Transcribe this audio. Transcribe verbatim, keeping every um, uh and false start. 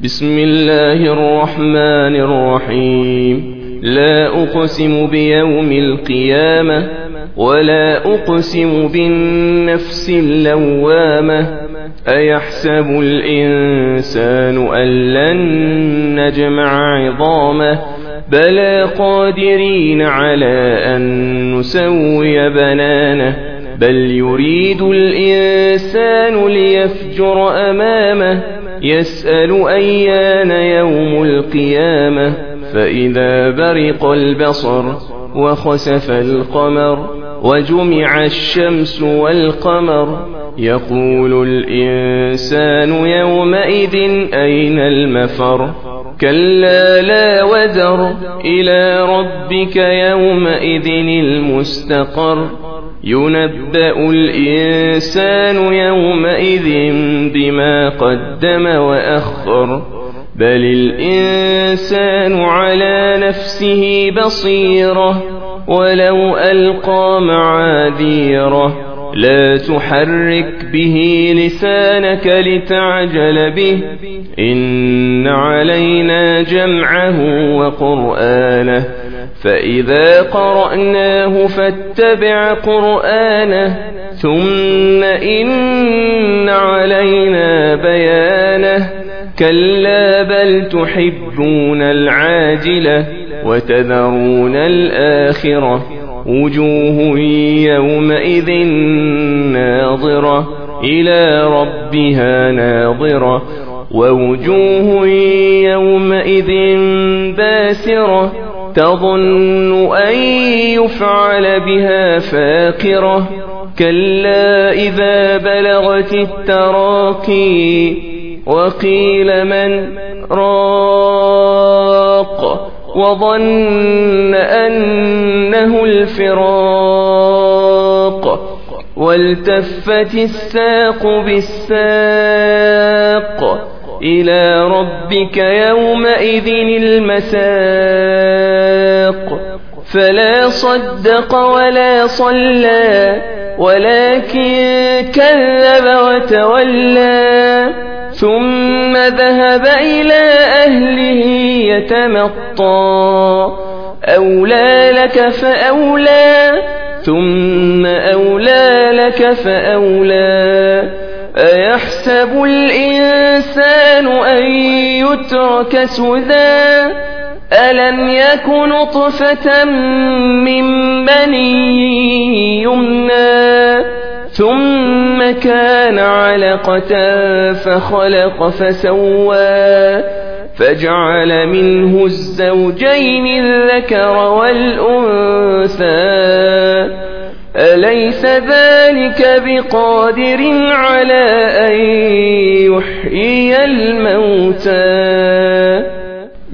بسم الله الرحمن الرحيم. لا أقسم بيوم القيامة ولا أقسم بالنفس اللوامة أيحسب الإنسان أن لن نجمع عظامه بلى قادرين على أن نسوي بنانه بل يريد الإنسان ليفجر أمامه يسأل أيان يوم القيامة فإذا برق البصر وخسف القمر وجمع الشمس والقمر يقول الإنسان يومئذ أين المفر كلا لا وزر إلى ربك يومئذ المستقر ينبأ الإنسان يومئذ بما قدم وأخر بل الإنسان على نفسه بصيرة ولو ألقى معاذيره لا تحرك به لسانك لتعجل به إن علينا جمعه وقرآنه فإذا قرأناه فاتبع قرآنه ثم إن علينا بيانه كلا بل تحبون العاجلة وتذرون الآخرة وجوه يومئذ ناظرة إلى ربها ناظرة ووجوه يومئذ باسرة تظن أن يفعل بها فاقرة كلا إذا بلغت التراقي وقيل من راق وظن أنه الفراق والتفت الساق بالساق إلى ربك يومئذ المساق فلا صدق ولا صلى ولكن كذب وتولى ثم ذهب إلى أهله يتمطى أولى لك فأولى ثم أولى لك فأولى أيحسب الإنسان أن يترك سدى ألم يك نطفة من مني يمنى ثم كان علقة فخلق فسوى فجعل منه الزوجين الذكر والأنثى أليس ذلك بقادر على أن يحيي الموتى